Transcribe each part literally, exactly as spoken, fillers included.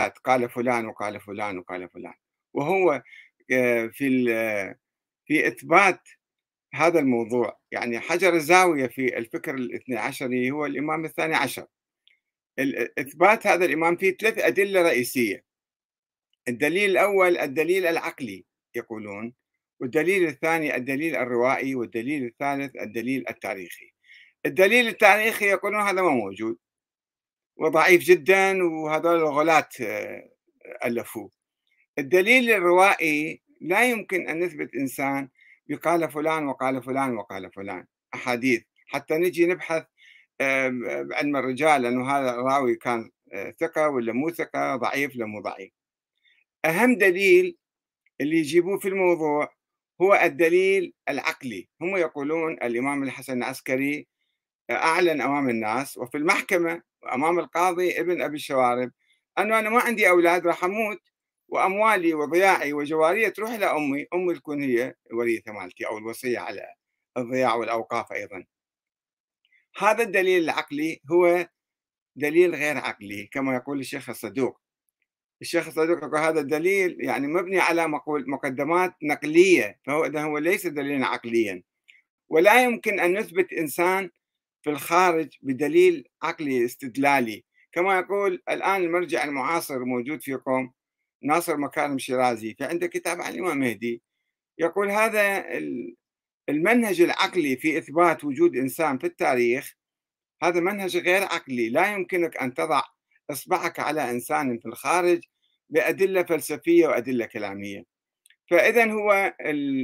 قال فلان وقال فلان وقال فلان، وهو آآ في ال في إثبات هذا الموضوع، يعني حجر الزاوية في الفكر الاثني عشري هو الإمام الثاني عشر. ال إثبات هذا الإمام فيه ثلاث أدلة رئيسية. الدليل الأول الدليل العقلي يقولون، والدليل الثاني الدليل الروائي، والدليل الثالث الدليل التاريخي. الدليل التاريخي يقولون هذا ما موجود وضعيف جدًا وهذول الغلاة آآ ألفوه. الدليل الروائي لا يمكن أن نثبت إنسان بقال فلان وقال فلان وقال فلان أحاديث حتى نجي نبحث آآ بعلم الرجال أنه هذا الراوي كان آآ ثقة والّا مو ثقة، ضعيف والّا مو ضعيف. أهم دليل اللي يجيبوه في الموضوع هو الدليل العقلي. هم يقولون الإمام الحسن العسكري أعلن أمام الناس وفي المحكمة وأمام القاضي ابن أبي الشوارب أنه أنا ما عندي أولاد راح أموت وأموالي وضياعي وجوارية تروح إلى أمي، أمي تكون هي الوريثة مالتي أو الوصية على الضياع والأوقاف أيضا. هذا الدليل العقلي هو دليل غير عقلي كما يقول الشيخ الصدوق. الشيخ الصدوق يقول هذا الدليل يعني مبني على مقول مقدمات نقلية، فهو إذا هو ليس دليلا عقليا، ولا يمكن أن نثبت إنسان في الخارج بدليل عقلي استدلالي. كما يقول الآن المرجع المعاصر موجود في قوم ناصر مكارم شيرازي في عنده كتاب عن الإمام مهدي، يقول هذا المنهج العقلي في إثبات وجود إنسان في التاريخ هذا منهج غير عقلي. لا يمكنك أن تضع إصبعك على إنسان في الخارج بأدلة فلسفية وأدلة كلامية. فإذا هو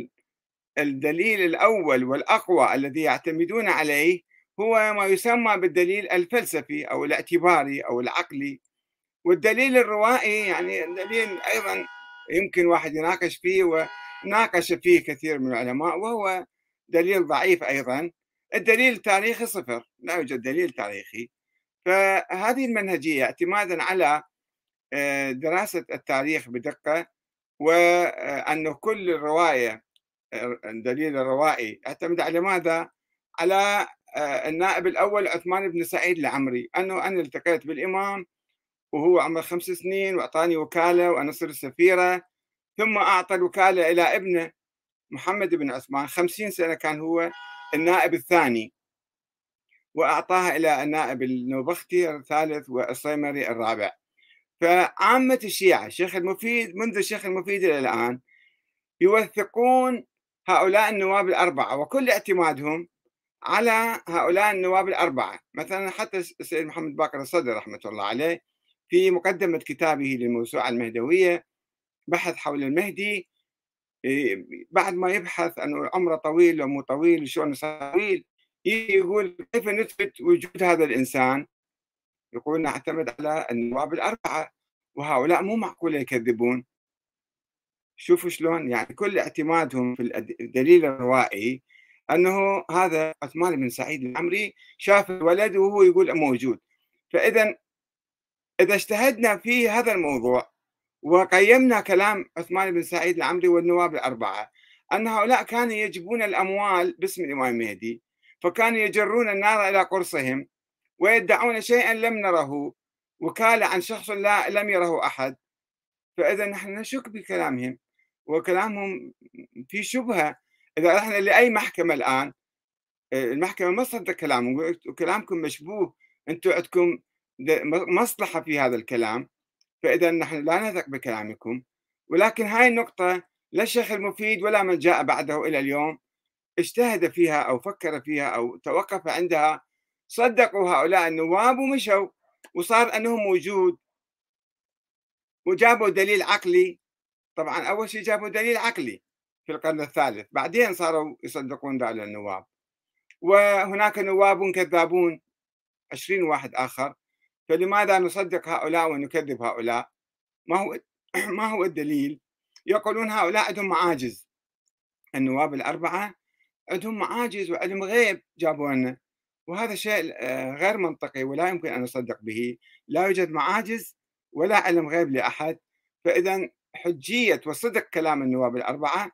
الدليل الأول والأقوى الذي يعتمدون عليه هو ما يسمى بالدليل الفلسفي أو الاعتباري أو العقلي. والدليل الروائي يعني دليل أيضا يمكن واحد يناقش فيه وناقش فيه كثير من العلماء وهو دليل ضعيف أيضا. الدليل التاريخي صفر، لا يوجد دليل تاريخي. فهذه المنهجية اعتمادا على دراسة التاريخ بدقة، وأن كل الرواية الدليل الروائي اعتمد على ماذا؟ على النائب الأول عثمان بن سعيد العمري، أنه أنا التقيت بالإمام وهو عمره خمس سنين وأعطاني وكالة وأنا صرت سفيرة، ثم أعطى الوكالة إلى ابنه محمد بن عثمان، خمسين سنة كان هو النائب الثاني، وأعطاها إلى النائب النوبختي الثالث والصيمري الرابع. فعامة الشيعة الشيخ المفيد منذ الشيخ المفيد إلى الآن يوثقون هؤلاء النواب الأربعة وكل اعتمادهم على هؤلاء النواب الأربعة. مثلا حتى السيد محمد باقر الصدر رحمة الله عليه في مقدمة كتابه للموسوعة المهدوية بحث حول المهدي، بعد ما يبحث أنه عمره طويل ومو طويل شلون طويل، يقول كيف نثبت وجود هذا الإنسان؟ يقول نعتمد على النواب الأربعة وهؤلاء مو معقولة يكذبون. شوفوا شلون يعني كل اعتمادهم في الدليل الروائي أنه هذا عثمان بن سعيد العمري شاف الولد وهو يقول موجود. فإذا إذا اجتهدنا في هذا الموضوع وقيمنا كلام عثمان بن سعيد العمري والنواب الأربعة أن هؤلاء كانوا يجبون الأموال باسم الإمام المهدي، فكانوا يجرون النار إلى قرصهم ويدعون شيئا لم نره، وكالة عن شخص لا لم يره أحد. فإذا نحن نشك بكلامهم وكلامهم في شبهة. إذا رحنا لأي محكمة الآن المحكمة ما تصدق كلامهم وكلامكم مشبوه، أنتم عندكم مصلحة في هذا الكلام، فإذا نحن لا نثق بكلامكم. ولكن هاي النقطة لا الشيخ المفيد ولا من جاء بعده إلى اليوم اجتهد فيها أو فكر فيها أو توقف عندها. صدقوا هؤلاء النواب ومشوا وصار أنه موجود وجابوا دليل عقلي. طبعا أول شيء جابوا دليل عقلي في القرن الثالث، بعدين صاروا يصدقون ذلك النواب. وهناك نواب كذابون عشرين واحد آخر، فلماذا نصدق هؤلاء ونكذب هؤلاء؟ ما هو ما هو الدليل؟ يقولون هؤلاء عندهم معاجز، النواب الأربعة عندهم معاجز وعلم غيب جابوا لنا، وهذا شيء غير منطقي ولا يمكن أن نصدق به. لا يوجد معاجز ولا علم غيب لأحد. فإذا حجية وصدق كلام النواب الأربعة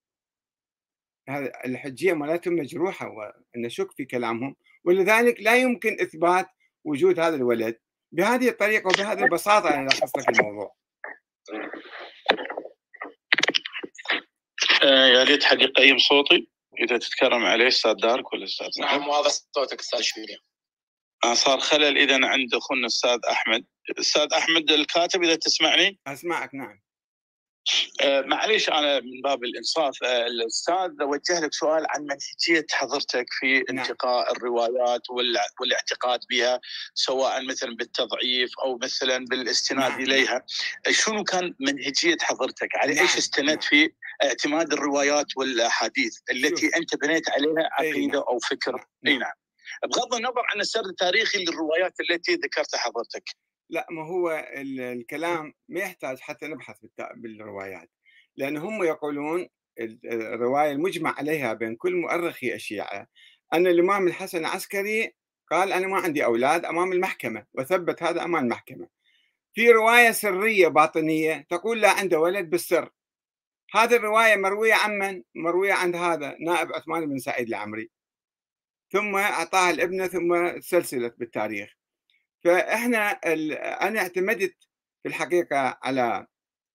الحجية مالتهم مجروحة ونشك في كلامهم، ولذلك لا يمكن إثبات وجود هذا الولد. بهذه الطريقة وبهذه البساطة أنا ألخص لك الموضوع. آه يا ريت حق يقيم صوتي إذا تتكرم عليه أستاذ دارك ولا أستاذ. نعم واضح صوتك أستاذ شبيلي. آه صار خلل إذا عند أخونا أستاذ أحمد. أستاذ أحمد الكاتب إذا تسمعني. أسمعك نعم. آه معليش أنا من باب الإنصاف، آه الأستاذ وجه لك سؤال عن منهجية حضرتك في انتقاء نعم. الروايات والاعتقاد بها، سواء مثلا بالتضعيف أو مثلا بالاستناد نعم. إليها. شنو كان منهجية حضرتك؟ على نعم. إيش استند نعم. في اعتماد الروايات والأحاديث التي شوف. أنت بنيت عليها عقيدة نعم. أو فكر؟ نعم. أي نعم. بغض النظر عن السرد التاريخي للروايات التي ذكرتها حضرتك. لا، ما هو الكلام ما يحتاج حتى نبحث بالروايات، لأن هم يقولون الرواية المجمع عليها بين كل مؤرخي الشيعة أن الإمام الحسن العسكري قال أنا ما عندي أولاد أمام المحكمة، وثبت هذا أمام المحكمة. في رواية سرية باطنية تقول لا عنده ولد بالسر. هذه الرواية مروية عن من؟ مروية عند هذا نائب عثمان بن سعيد العمري، ثم أعطاها الابنة، ثم سلسلت بالتاريخ. فإحنا أنا اعتمدت في الحقيقة على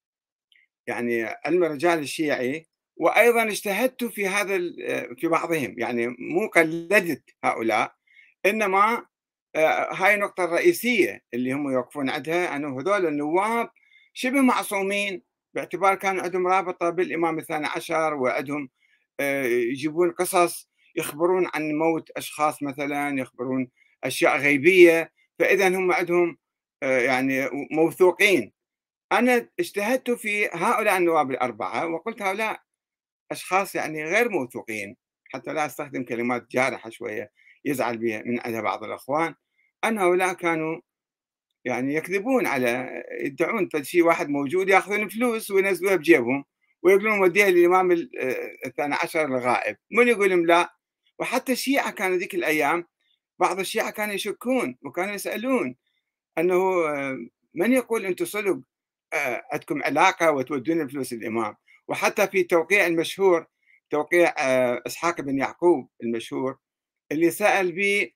يعني علم الرجال الشيعي، وأيضا اجتهدت في هذا في بعضهم، يعني مو قلدت هؤلاء، إنما هاي النقطة الرئيسية اللي هم يوقفون عندها أنه هذول النواب شبه معصومين، باعتبار كان عندهم رابطة بالإمام الثاني عشر، وعندهم يجيبون قصص يخبرون عن موت أشخاص مثلا، يخبرون أشياء غيبية، فإذا هم عندهم يعني موثوقين. أنا اجتهدت في هؤلاء النواب الأربعة وقلت هؤلاء أشخاص يعني غير موثوقين، حتى لا أستخدم كلمات جارحة شوية يزعل بها من عندها بعض الأخوان، أن هؤلاء كانوا يعني يكذبون على، يدعون شيء واحد موجود، يأخذون فلوس وينزلوها بجيبهم ويقولون وديها للإمام الثاني عشر الغائب. من يقول لهم لا؟ وحتى الشيعة كانوا ذيك الأيام، بعض الشيعة كانوا يشكون وكانوا يسألون أنه من يقول أنتم صدق عندكم علاقة وتودون الفلوس للإمام. وحتى في توقيع المشهور، توقيع إسحاق بن يعقوب المشهور اللي سأل به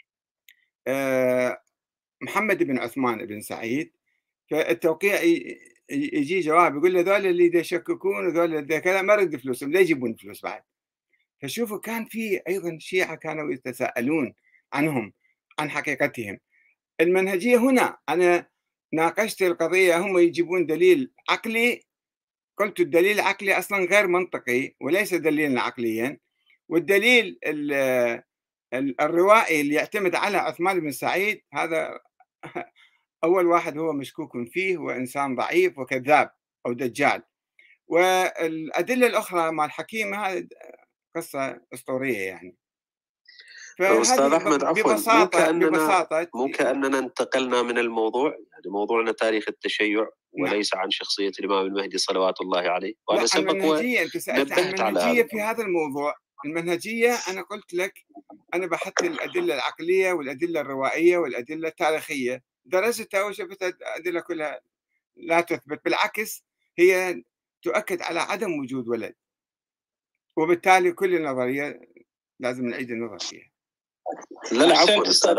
محمد بن عثمان بن سعيد، فالتوقيع يجي جواب يقول له ذول اللي يشككون وذول اللي كذا ما رد فلوسهم، ليه يجيبون فلوس بعد؟ فشوفوا كان في أيضا شيعة كانوا يتساءلون عنهم عن حقيقتهم. المنهجية هنا أنا ناقشت القضية، هم يجيبون دليل عقلي، قلت الدليل العقلي أصلا غير منطقي وليس دليلا عقليا، والدليل الروائي اللي يعتمد على عثمان بن سعيد هذا أول واحد هو مشكوك فيه، وإنسان ضعيف وكذاب أو دجال. والأدلة الأخرى مع الحكيم هذه قصة أسطورية يعني. أستاذ أحمد عفوا، ببساطة مو كأننا ببساطة مو كأننا انتقلنا من الموضوع، يعني موضوعنا تاريخ التشيع وليس نعم. عن شخصية الإمام المهدي صلوات الله عليه. وأنا سبق المنهجية، أنت سألت عن المنهجية في هذا الموضوع. المنهجية أنا قلت لك أنا بحثت الأدلة العقلية والأدلة الروائية والأدلة التاريخية، درستها وشفت الأدلة كلها لا تثبت، بالعكس هي تؤكد على عدم وجود ولد، وبالتالي كل النظرية لازم نعيد النظر فيها. لا عفوا أستاذ